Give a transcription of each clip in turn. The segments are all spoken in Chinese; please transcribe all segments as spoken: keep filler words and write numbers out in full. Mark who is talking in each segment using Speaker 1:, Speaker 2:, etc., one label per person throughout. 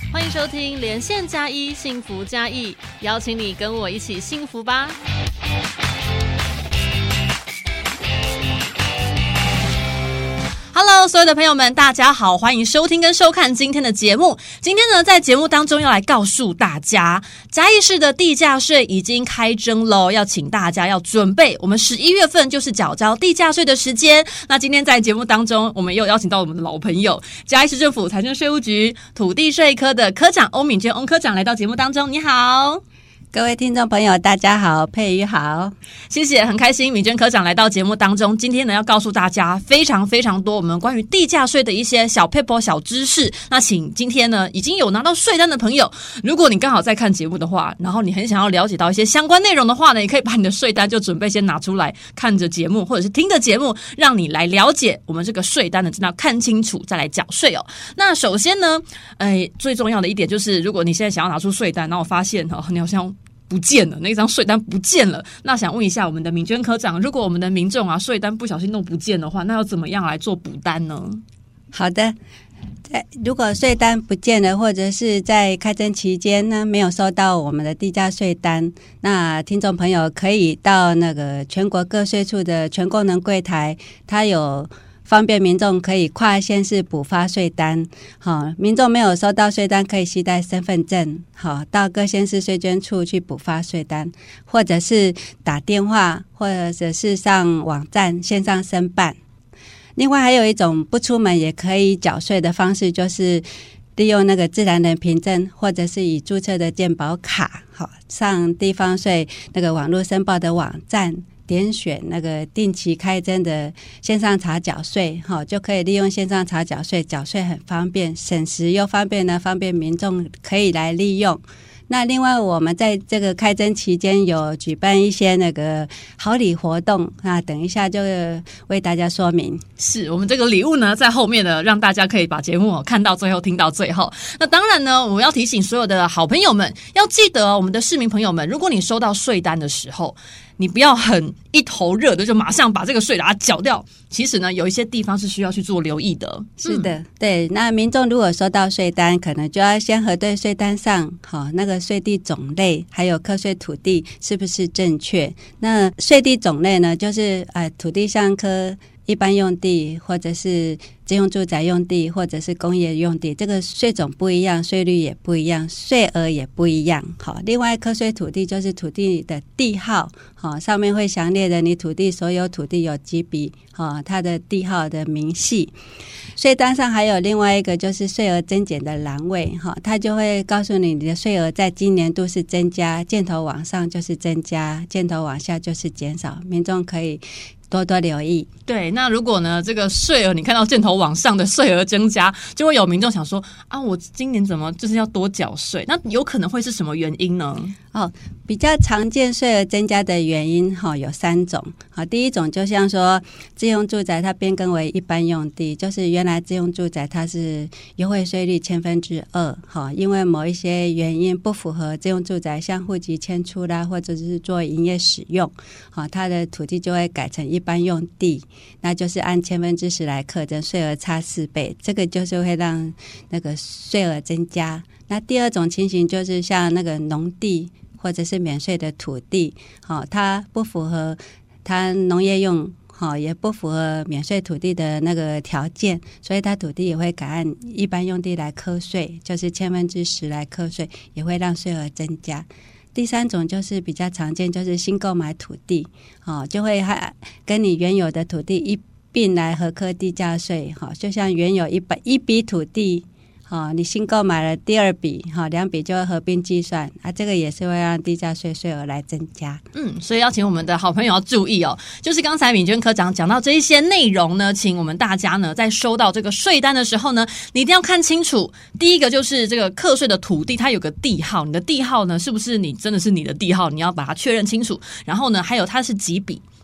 Speaker 1: 欢迎收听连线加一幸福加一，邀请你跟我一起幸福吧。Hello， 所有的朋友们，大家好，欢迎收听跟收看今天的节目。今天呢，在节目当中要来告诉大家，嘉义市的地价税已经开征了，要请大家要准备，我们十一月份就是缴交地价税的时间。那今天在节目当中，我们又邀请到我们的老朋友，嘉义市政府财政税务局土地税科的科长欧敏娟欧科长来到节目当中。你好。
Speaker 2: 各位听众朋友大家好，佩瑜好。
Speaker 1: 谢谢，很开心敏娟科长来到节目当中。今天呢，要告诉大家非常非常多我们关于地价税的一些小撇步小知识。那请今天呢已经有拿到税单的朋友，如果你刚好在看节目的话，然后你很想要了解到一些相关内容的话呢，也可以把你的税单就准备先拿出来，看着节目或者是听着节目，让你来了解我们这个税单的，真的要看清楚再来缴税哦。那首先呢，哎，最重要的一点就是，如果你现在想要拿出税单，然后发现哦，你好像不见了，那张税单不见了。那想问一下我们的敏娟科长，如果我们的民众啊税单不小心弄不见的话，那要怎么样来做补单呢？
Speaker 2: 好的，在如果税单不见了，或者是在开征期间呢没有收到我们的地价税单，那听众朋友可以到那个全国各税处的全功能柜台，它有方便民众可以跨县市补发税单。好，民众没有收到税单，可以携带身份证，好，到各县市税捐处去补发税单，或者是打电话，或者是上网站线上申办。另外还有一种不出门也可以缴税的方式，就是利用那个自然人凭证，或者是以注册的健保卡，好，上地方税那个网络申报的网站，点选那个定期开征的线上查缴税，就可以利用线上查缴税，缴税很方便，省时又方便呢，方便民众可以来利用。那另外我们在这个开征期间有举办一些那个好礼活动，那等一下就为大家说明。
Speaker 1: 是我们这个礼物呢在后面的，让大家可以把节目看到最后听到最后。那当然呢，我们要提醒所有的好朋友们要记得，我们的市民朋友们，如果你收到税单的时候，你不要很一头热的就马上把这个税把它缴掉，其实呢有一些地方是需要去做留意的。
Speaker 2: 是的、嗯、对，那民众如果收到税单，可能就要先核对税单上好那个税地种类还有课税土地是不是正确。那税地种类呢，就是呃土地上科一般用地，或者是自用住宅用地，或者是工业用地，这个税种不一样，税率也不一样，税额也不一样。好，另外课税土地就是土地的地号，好，上面会详列的你土地所有土地有几笔，好，它的地号的明细。税单上还有另外一个就是税额增减的栏位，好，它就会告诉你你的税额在今年度是增加，箭头往上就是增加，箭头往下就是减少，民众可以多多留意。
Speaker 1: 对，那如果呢这个税额你看到箭头往上的税额增加，就会有民众想说啊，我今年怎么就是要多缴税？那有可能会是什么原因呢？
Speaker 2: 哦，比较常见税额增加的原因、哦、有三种。好，第一种就像说自用住宅它变更为一般用地，就是原来自用住宅它是优惠税率千分之二，好，因为某一些原因不符合自用住宅，像户籍迁出啦，或者是做营业使用，好，它的土地就会改成一般用地，那就是按千分之十来课征，税额差四倍，这个就是会让那个税额增加。那第二种情形就是像那个农地或者是免税的土地，好，它不符合它农业用，好，也不符合免税土地的那个条件，所以它土地也会改按一般用地来课税，就是千分之十来课税，也会让税额增加。第三种就是比较常见，就是新购买土地，哦，就会跟你原有的土地一并来核课地价税，哦，就像原有一一笔土地，哦，你新购买了第二笔，哦，两笔就会合并计算啊，这个也是会让地价税税额来增加。
Speaker 1: 嗯，所以要请我们的好朋友要注意哦，就是刚才敏娟科长讲到这一些内容呢，请我们大家呢在收到这个税单的时候呢，你一定要看清楚。第一个就是这个课税的土地，它有个地号，你的地号呢是不是你真的是你的地号，你要把它确认清楚。然后呢，还有它是几笔。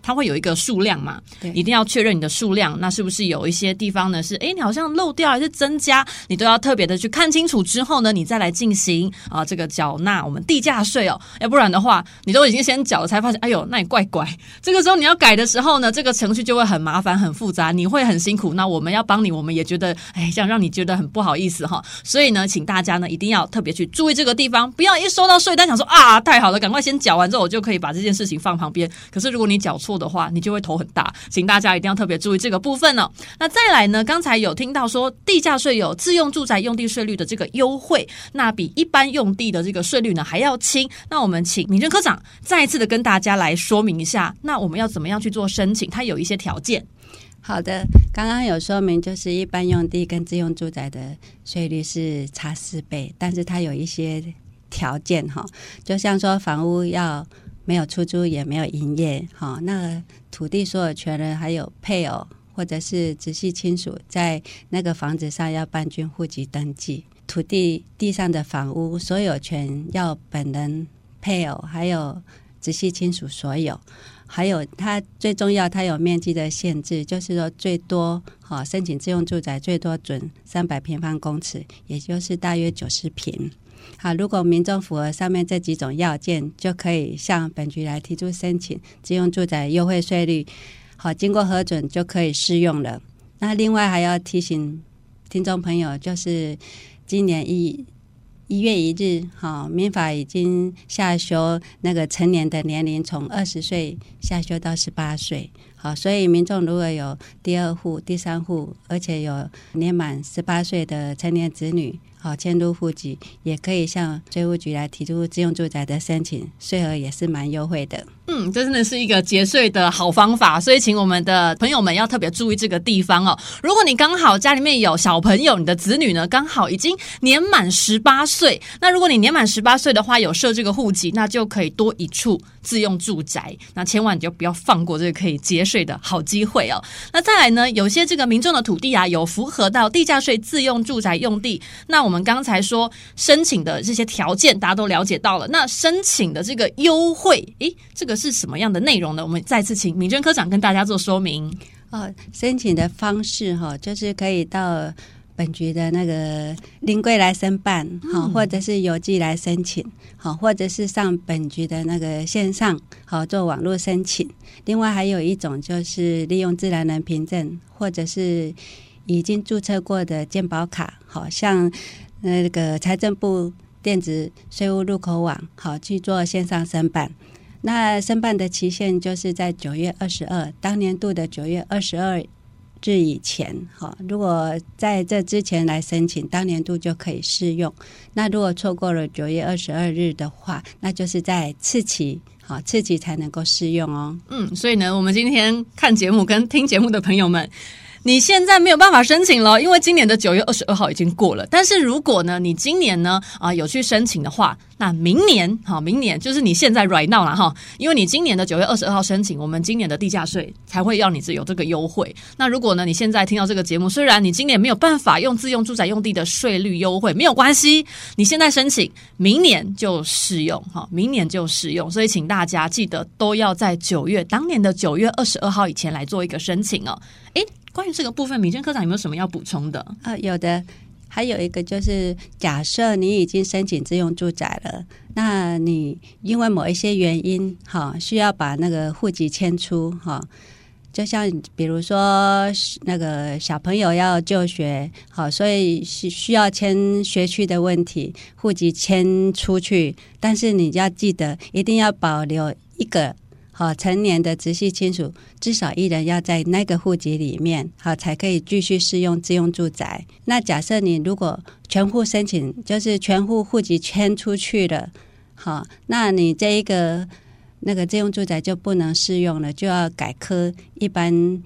Speaker 1: 它会有一个数量嘛，一定要确认你的数量，那是不是有一些地方呢是诶你好像漏掉还是增加，你都要特别的去看清楚之后呢，你再来进行啊这个缴纳我们地价税哦，要不然的话你都已经先缴了才发现哎呦那你怪怪，这个时候你要改的时候呢，这个程序就会很麻烦很复杂，你会很辛苦，那我们要帮你，我们也觉得哎这样让你觉得很不好意思哈，所以呢请大家呢一定要特别去注意这个地方，不要一收到税单想说啊太好了赶快先缴完之后我就可以把这件事情放旁边，可是如果你缴错的话你就会头很大，请大家一定要特别注意这个部分哦。那再来呢，刚才有听到说地价税有自用住宅用地税率的这个优惠，那比一般用地的这个税率呢还要轻，那我们请民政科长再一次的跟大家来说明一下，那我们要怎么样去做申请，它有一些条件。
Speaker 2: 好的，刚刚有说明就是一般用地跟自用住宅的税率是差四倍，但是它有一些条件哈，就像说房屋要没有出租也没有营业，那土地所有权人还有配偶或者是直系亲属在那个房子上要办竣户籍登记，土地地上的房屋所有权要本人、配偶还有直系亲属所有，还有它最重要它有面积的限制，就是说最多、哦、申请自用住宅最多准三百平方公尺，也就是大约九十平。好，如果民众符合上面这几种要件，就可以向本局来提出申请自用住宅优惠税率，好，经过核准就可以适用了。那另外还要提醒听众朋友，就是今年一一月一日，好，民法已经下修那个成年的年龄，从二十岁下修到十八岁。好，所以民众如果有第二户、第三户，而且有年满十八岁的成年子女，好迁入户籍，也可以向税务局来提出自用住宅的申请，税额也是蛮优惠的。
Speaker 1: 嗯，这真的是一个节税的好方法，所以请我们的朋友们要特别注意这个地方哦。如果你刚好家里面有小朋友，你的子女呢刚好已经年满十八岁，那如果你年满十八岁的话有设这个户籍，那就可以多一处自用住宅，那千万你就不要放过这个可以节税的好机会哦。那再来呢，有些这个民众的土地啊有符合到地价税自用住宅用地，那我们刚才说申请的这些条件大家都了解到了，那申请的这个优惠，诶，这个是什么样的内容呢？我们再次请民政科长跟大家做说明。
Speaker 2: 哦，申请的方式哈，就是可以到本局的那个临柜来申办，好、嗯，或者是邮寄来申请，好，或者是上本局的那个线上，好做网络申请。另外还有一种就是利用自然人凭证，或者是已经注册过的健保卡，好像那个财政部电子税务入口网，好去做线上申办。那申办的期限就是在九月二十二，当年度的九月二十二日以前，好，如果在这之前来申请，当年度就可以适用。那如果错过了九月二十二日的话，那就是在次期。好，次期才能够适用哦。
Speaker 1: 嗯，所以呢，我们今天看节目跟听节目的朋友们，你现在没有办法申请了，因为今年的九月二十二号已经过了。但是如果呢，你今年呢啊、呃、有去申请的话，那明年好，明年就是你现在 right now 啦哈，因为你今年的九月二十二号申请，我们今年的地价税才会要你有这个优惠。那如果呢，你现在听到这个节目，虽然你今年没有办法用自用住宅用地的税率优惠，没有关系，你现在申请，明年就适用哈，明年就适用。所以请大家记得都要在九月当年的九月二十二号以前来做一个申请哦。诶，关于这个部分，民政科长有没有什么要补充的？
Speaker 2: 啊，有的。还有一个就是，假设你已经申请自用住宅了，那你因为某一些原因，哈，需要把那个户籍迁出，哈，就像比如说那个小朋友要就学，好，所以需要迁学区的问题，户籍迁出去，但是你要记得一定要保留一个。好，成年的直系亲属至少一人要在那个户籍里面，好才可以继续适用自用住宅。那假设你如果全户申请，就是全户户籍迁出去了，好，那你这一个那个自用住宅就不能适用了，就要改科一般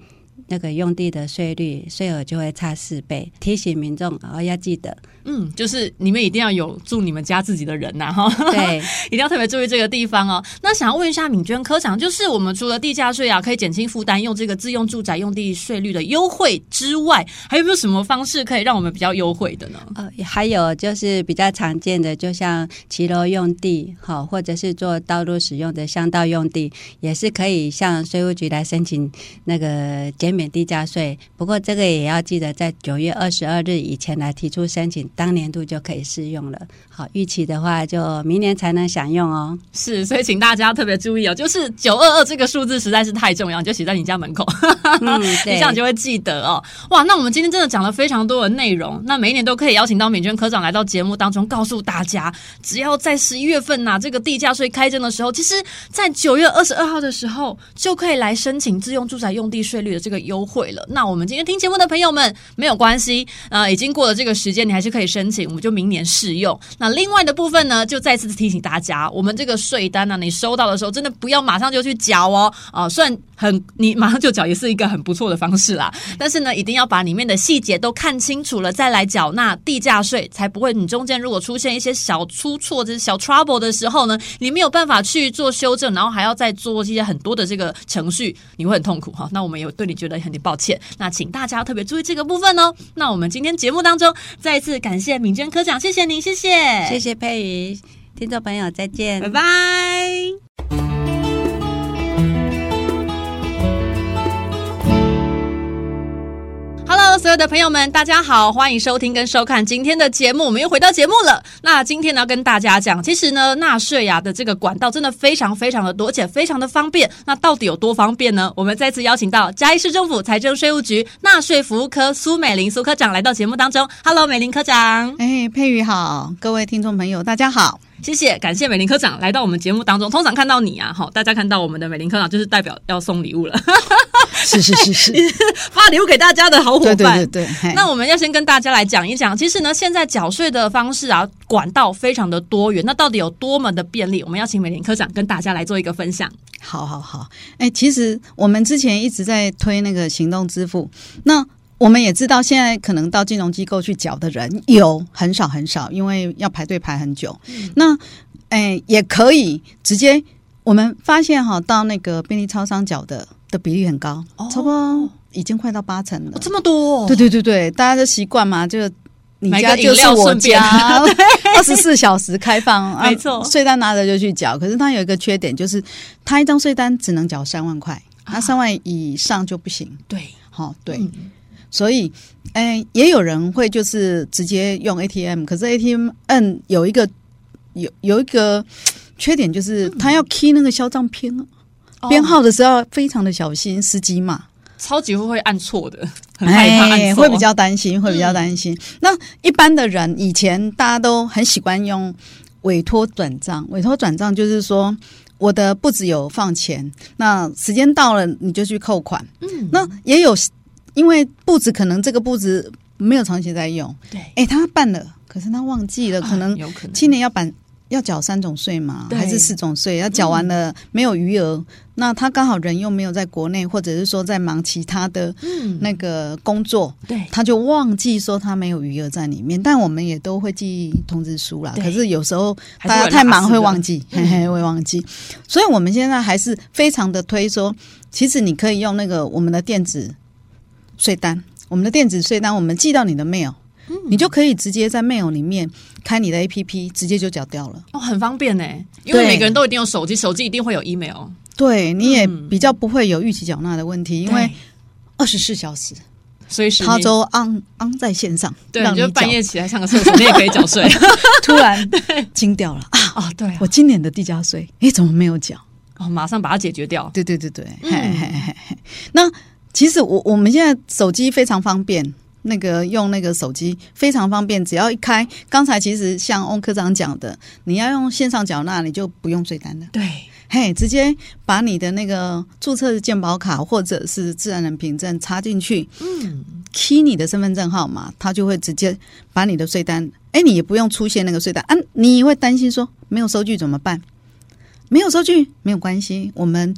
Speaker 2: 那个用地的税率税额就会差四倍，提醒民众哦要记得。
Speaker 1: 嗯，就是你们一定要有住你们家自己的人呐、啊，
Speaker 2: 对，
Speaker 1: 一定要特别注意这个地方哦。那想要问一下敏娟科长，就是我们除了地价税啊可以减轻负担，用这个自用住宅用地税率的优惠之外，还有没有什么方式可以让我们比较优惠的呢？
Speaker 2: 呃，还有就是比较常见的，就像骑楼用地，好，或者是做道路使用的乡道用地，也是可以向税务局来申请那个减免地价税。不过这个也要记得在九月二十二日以前来提出申请，当年度就可以适用了。好，逾期的话就明年才能享用哦。
Speaker 1: 是，所以请大家特别注意哦，就是九二二这个数字实在是太重要，你就写在你家门口，嗯，你这样就会记得哦。哇，那我们今天真的讲了非常多的内容，那每一年都可以邀请到敏娟科长来到节目当中，告诉大家，只要在十一月份呐、啊，这个地价税开征的时候，其实在九月二十二号的时候就可以来申请自用住宅用地税率的这个优惠了。那我们今天听节目的朋友们没有关系，呃，已经过了这个时间，你还是可以申请，我们就明年适用。那另外的部分呢，就再次提醒大家，我们这个税单呢、啊，你收到的时候真的不要马上就去缴哦，啊、呃，虽然很你马上就缴也是一个很不错的方式啦，但是呢，一定要把里面的细节都看清楚了再来缴纳地价税，才不会你中间如果出现一些小出错、就是小 trouble 的时候呢，你没有办法去做修正，然后还要再做一些很多的这个程序，你会很痛苦哈。那我们也对你觉得很抱歉，那请大家特别注意这个部分哦。那我们今天节目当中再一次感谢敏娟科长，谢谢您，谢谢，
Speaker 2: 谢谢佩瑜，听众朋友再见，
Speaker 1: 拜拜。Hello， 所有的朋友们，大家好，欢迎收听跟收看今天的节目。我们又回到节目了。那今天呢，要跟大家讲，其实呢，纳税啊的这个管道真的非常非常的多，而且非常的方便。那到底有多方便呢？我们再次邀请到嘉义市政府财政税务局纳税服务科苏美玲苏科长来到节目当中。Hello， 美玲科长。
Speaker 3: 哎，佩瑜好，各位听众朋友，大家好。
Speaker 1: 谢谢，感谢美玲科长来到我们节目当中。通常看到你啊，大家看到我们的美玲科长，就是代表要送礼物了。
Speaker 3: 是是是是，
Speaker 1: 发礼物给大家的好伙伴。
Speaker 3: 对对对对。
Speaker 1: 那我们要先跟大家来讲一讲，其实呢，现在缴税的方式啊，管道非常的多元。那到底有多么的便利？我们要请美玲科长跟大家来做一个分享。
Speaker 3: 好好好，哎，其实我们之前一直在推那个行动支付，那我们也知道，现在可能到金融机构去缴的人有很少很少，因为要排队排很久。嗯、那哎，也可以直接，我们发现哈，到那个便利超商缴的的比例很高，哦、差不多已经快到八成了，
Speaker 1: 哦、这么多、哦？
Speaker 3: 对对对对，大家都习惯嘛，就你家就是我家，二十四小时开放，
Speaker 1: 没错、啊，
Speaker 3: 税单拿着就去缴。可是它有一个缺点，就是它一张税单只能缴三万块，那、啊、三万以上就不行。
Speaker 1: 对，
Speaker 3: 好、哦、对。
Speaker 1: 嗯，
Speaker 3: 所以，哎，也有人会就是直接用 A T M， 可是 A T M 嗯有一个有有一个缺点，就是他要 key 那个销账编、嗯、编号的时候非常的小心，司机嘛，
Speaker 1: 超级会按错的，很害怕按错、
Speaker 3: 哎，会比较担心，会比较担心。嗯、那一般的人以前大家都很习惯用委托转账，委托转账就是说，我的不只有放钱，那时间到了你就去扣款。嗯，那也有。因为布子可能这个布子没有长期在用，
Speaker 1: 对，
Speaker 3: 哎，他办了，可是他忘记了，可能今年要办要缴三种税嘛，还是四种税？要缴完了、嗯、没有余额，那他刚好人又没有在国内，或者是说在忙其他的那个工作，对、嗯，他就忘记说他没有余额在里面。但我们也都会寄通知书啦，可是有时候大家太忙会忘记，嘿嘿，会忘记。所以我们现在还是非常的推说，其实你可以用那个我们的电子税单，我们的电子税单，我们寄到你的 mail，、嗯、你就可以直接在 mail 里面开你的 A P P， 直接就缴掉了。
Speaker 1: 哦，很方便耶，因为每个人都一定有手机，手机一定会有 email。
Speaker 3: 对，你也比较不会有逾期缴纳的问题，嗯、因为二十四小时，
Speaker 1: 所以
Speaker 3: 他都 on on 在线上，
Speaker 1: 对，你就半夜起来上个厕所，你也可以缴税。
Speaker 3: 突然惊掉了啊！
Speaker 1: 哦，对、啊，
Speaker 3: 我今年的地价税，哎，怎么没有缴？
Speaker 1: 哦，马上把它解决掉。
Speaker 3: 对对对对，嗯、嘿嘿嘿嘿。那其实我我们现在手机非常方便，那个用那个手机非常方便，只要一开，刚才其实像翁科长讲的，你要用线上缴纳，你就不用税单了。
Speaker 1: 对，
Speaker 3: 嘿，直接把你的那个注册的健保卡或者是自然人凭证插进去，嗯 ，key 你的身份证号码，它就会直接把你的税单，哎，你也不用出现那个税单啊，你会担心说没有收据怎么办？没有收据没有关系，我们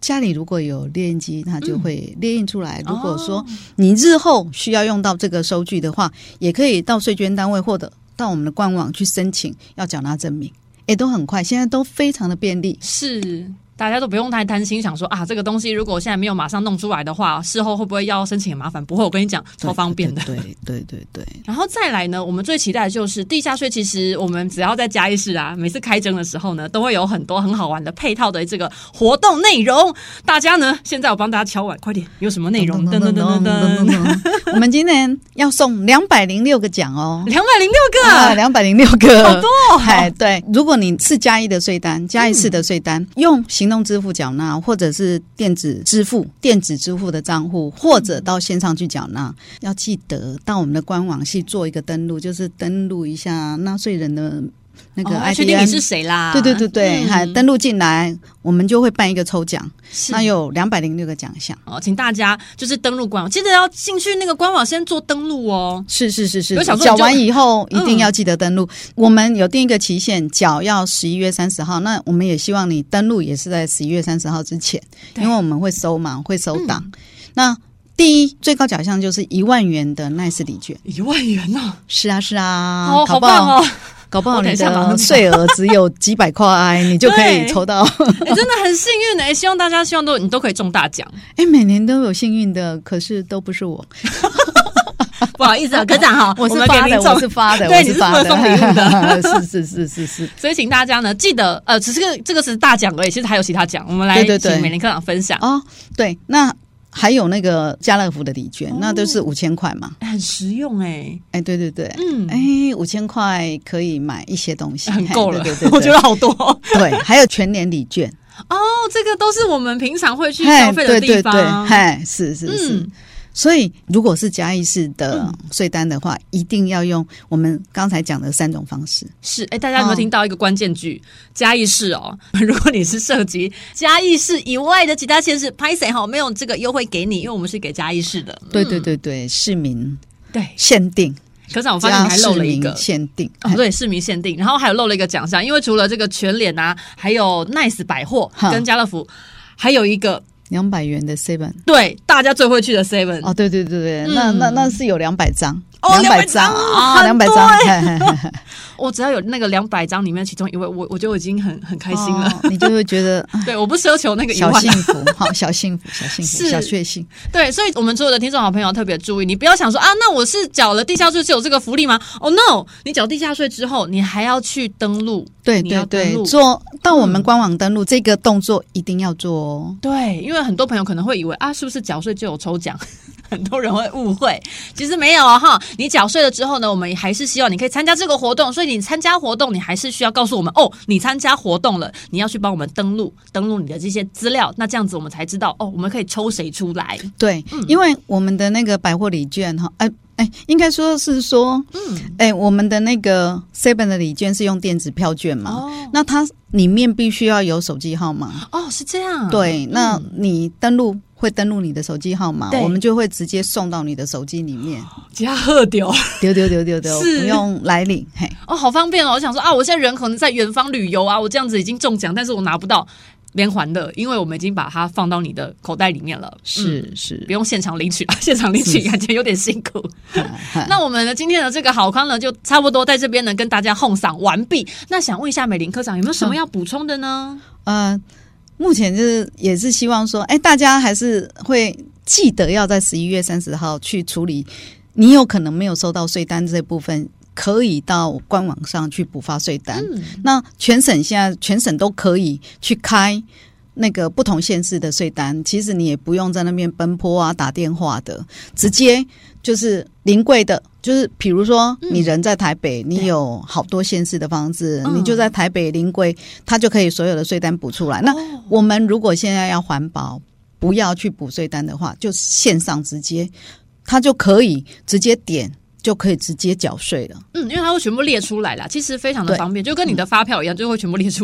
Speaker 3: 家里如果有列印机，它就会列印出来、嗯、如果说你日后需要用到这个收据的话，也可以到税捐单位或者到我们的官网去申请要缴纳证明，也都很快，现在都非常的便利。
Speaker 1: 是，大家都不用太担心，想说啊，这个东西如果现在没有马上弄出来的话，事后会不会要申请很麻烦？不会，我跟你讲，超方便的。
Speaker 3: 对对对对 对, 对。
Speaker 1: 然后再来呢，我们最期待的就是地下税。其实我们只要在嘉义市啊，每次开征的时候呢，都会有很多很好玩的配套的这个活动内容。大家呢，现在我帮大家敲碗，快点，有什么内容？噔噔噔噔噔。
Speaker 3: 我们今年要送两百零六个奖哦，
Speaker 1: 两百零六个，
Speaker 3: 啊，两百零六个，
Speaker 1: 好多哦。
Speaker 3: 哎，对，如果你是嘉义的税单，嘉义市的税单，嗯、用行动支付缴纳，或者是电子支付、电子支付的账户，或者到线上去缴纳，要记得到我们的官网去做一个登录，就是登录一下纳税人的那个 I D N，
Speaker 1: 确定你是谁啦？
Speaker 3: 对对对对，还、嗯、登录进来，我们就会办一个抽奖，那有两百零六个奖项哦，
Speaker 1: 请大家就是登录官网，记得要进去那个官网先做登录哦。
Speaker 3: 是是是是，缴完以后一定要记得登录。嗯、我们有定一个期限，缴要十一月三十号，那我们也希望你登录也是在十一月三十号之前，因为我们会收嘛，会收档。嗯、那第一最高奖项就是一万元的奈斯礼券，
Speaker 1: 一万元哦！
Speaker 3: 是啊是啊，
Speaker 1: 哦，好棒哦！
Speaker 3: 搞不好你的税额只有几百块，你就可以抽到、
Speaker 1: 欸，真的很幸运哎！希望大家希望都你都可以中大奖。
Speaker 3: 哎、欸，每年都有幸运的，可是都不是我。
Speaker 1: 不好意思啊，科长哈，
Speaker 3: 我是发的，我是发的，
Speaker 1: 对，你是负责送礼物的，
Speaker 3: 是是是是是。
Speaker 1: 所以请大家呢记得，呃，只是个这个是大奖而已，其实还有其他奖，我们来请美玲科长分享
Speaker 3: 哦。对，那。还有那个家乐福的礼券、哦、那都是五千块嘛，
Speaker 1: 很实用哎、欸、
Speaker 3: 哎、欸、对对对，嗯，哎五千块可以买一些东西，
Speaker 1: 很够了，
Speaker 3: 对对 对, 对，
Speaker 1: 我觉得好多。
Speaker 3: 对，还有全年礼券
Speaker 1: 哦，这个都是我们平常会去消费的地方，对对对，
Speaker 3: 嘿，是是是。嗯，所以如果是嘉义市的税单的话、嗯、一定要用我们刚才讲的三种方式。
Speaker 1: 是，哎，大家有没有听到一个关键句、哦、嘉义市哦，如果你是涉及嘉义市以外的其他县市，拍谁哈没有这个优惠给你，因为我们是给嘉义市的。
Speaker 3: 对对对对，市民
Speaker 1: 对
Speaker 3: 限定。
Speaker 1: 可是我发现你还漏了一个
Speaker 3: 限定
Speaker 1: 哦，对，市民限定，然后还有漏了一个奖项，因为除了这个全联啊，还有 Nice 百货跟家乐福，还有一个
Speaker 3: 两百元的 Seven，
Speaker 1: 对，大家最会去的 Seven。
Speaker 3: 哦，对对对对，嗯、那那那是有两百张，
Speaker 1: 两百
Speaker 3: 张
Speaker 1: 啊，
Speaker 3: 两百张。
Speaker 1: 我只要有那个两百张里面其中一位，我我就已经很很开心了、
Speaker 3: 哦，你就会觉得，
Speaker 1: 对，我不奢求那个
Speaker 3: 小幸福，好，小幸福，小幸福，小确幸。
Speaker 1: 对，所以我们所有的听众好朋友特别注意，你不要想说啊，那我是缴了地下税是有这个福利吗？哦、oh, no， 你缴地下税之后，你还要去登录，
Speaker 3: 对对对，做到我们官网登录、嗯、这个动作一定要做哦。
Speaker 1: 对，因为很多朋友可能会以为啊，是不是缴税就有抽奖？很多人会误会，其实没有啊哈！你缴税了之后呢，我们还是希望你可以参加这个活动，所以你参加活动，你还是需要告诉我们哦，你参加活动了，你要去帮我们登录登录你的这些资料，那这样子我们才知道哦，我们可以抽谁出来。
Speaker 3: 对，嗯、因为我们的那个百货礼券哈，哎、哎，应该说是说，嗯，哎，我们的那个 Seven 的礼券是用电子票券嘛，哦，那它里面必须要有手机号码。
Speaker 1: 哦，是这样。
Speaker 3: 对，那你登录。会登录你的手机号码，我们就会直接送到你的手机里面。
Speaker 1: 加贺丢
Speaker 3: 丢丢丢丢丢，不用来领。嘿，
Speaker 1: 哦，好方便哦！我想说啊，我现在人可能在远方旅游啊，我这样子已经中奖，但是我拿不到连环的，因为我们已经把它放到你的口袋里面了。
Speaker 3: 是、嗯、是，
Speaker 1: 不用现场领取啊，现场领取感觉有点辛苦。那我们呢，今天的这个好康呢，就差不多在这边呢跟大家hon赏完毕。那想问一下美玲科长，有没有什么要补充的呢？
Speaker 3: 嗯、呃。目前就是也是希望说，哎，大家还是会记得要在十一月三十号去处理。你有可能没有收到税单这部分，可以到官网上去补发税单。嗯、那全省现在全省都可以去开那个不同县市的税单，其实你也不用在那边奔波啊、打电话的，直接就是临柜的。就是比如说你人在台北、嗯、你有好多县市的房子、嗯、你就在台北临柜，它就可以所有的税单补出来、哦、那我们如果现在要环保不要去补税单的话，就线上直接它就可以直接点就可以直接缴税了。
Speaker 1: 嗯，因为它会全部列出来啦，其实非常的方便，就跟你的发票一样，就会全部列出来。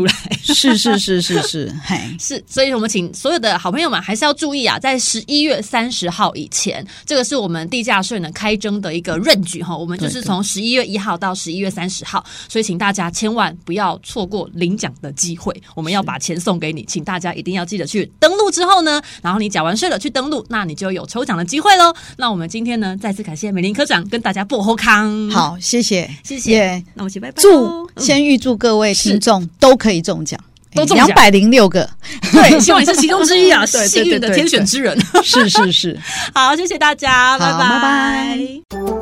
Speaker 3: 是是是是是，嘿，
Speaker 1: 是，所以我们请所有的好朋友们还是要注意啊，在十一月三十号以前，这个是我们地价税呢开征的一个任举哈，我们就是从十一月一号到十一月三十号，所以请大家千万不要错过领奖的机会，我们要把钱送给你，请大家一定要记得去登录之后呢，然后你缴完税了去登录，那你就有抽奖的机会咯。那我们今天呢再次感谢美伶科长跟大家报好康，
Speaker 3: 好，谢谢
Speaker 1: 谢谢，
Speaker 3: yeah,
Speaker 1: 那我们一起拜拜。
Speaker 3: 祝先预祝各位听众都可以中奖，
Speaker 1: 都中奖
Speaker 3: 两百零六个，
Speaker 1: 对，希望你是其中之一啊，幸运的天选之人。
Speaker 3: 是是是，
Speaker 1: 好，谢谢大家，拜拜，
Speaker 3: 拜拜。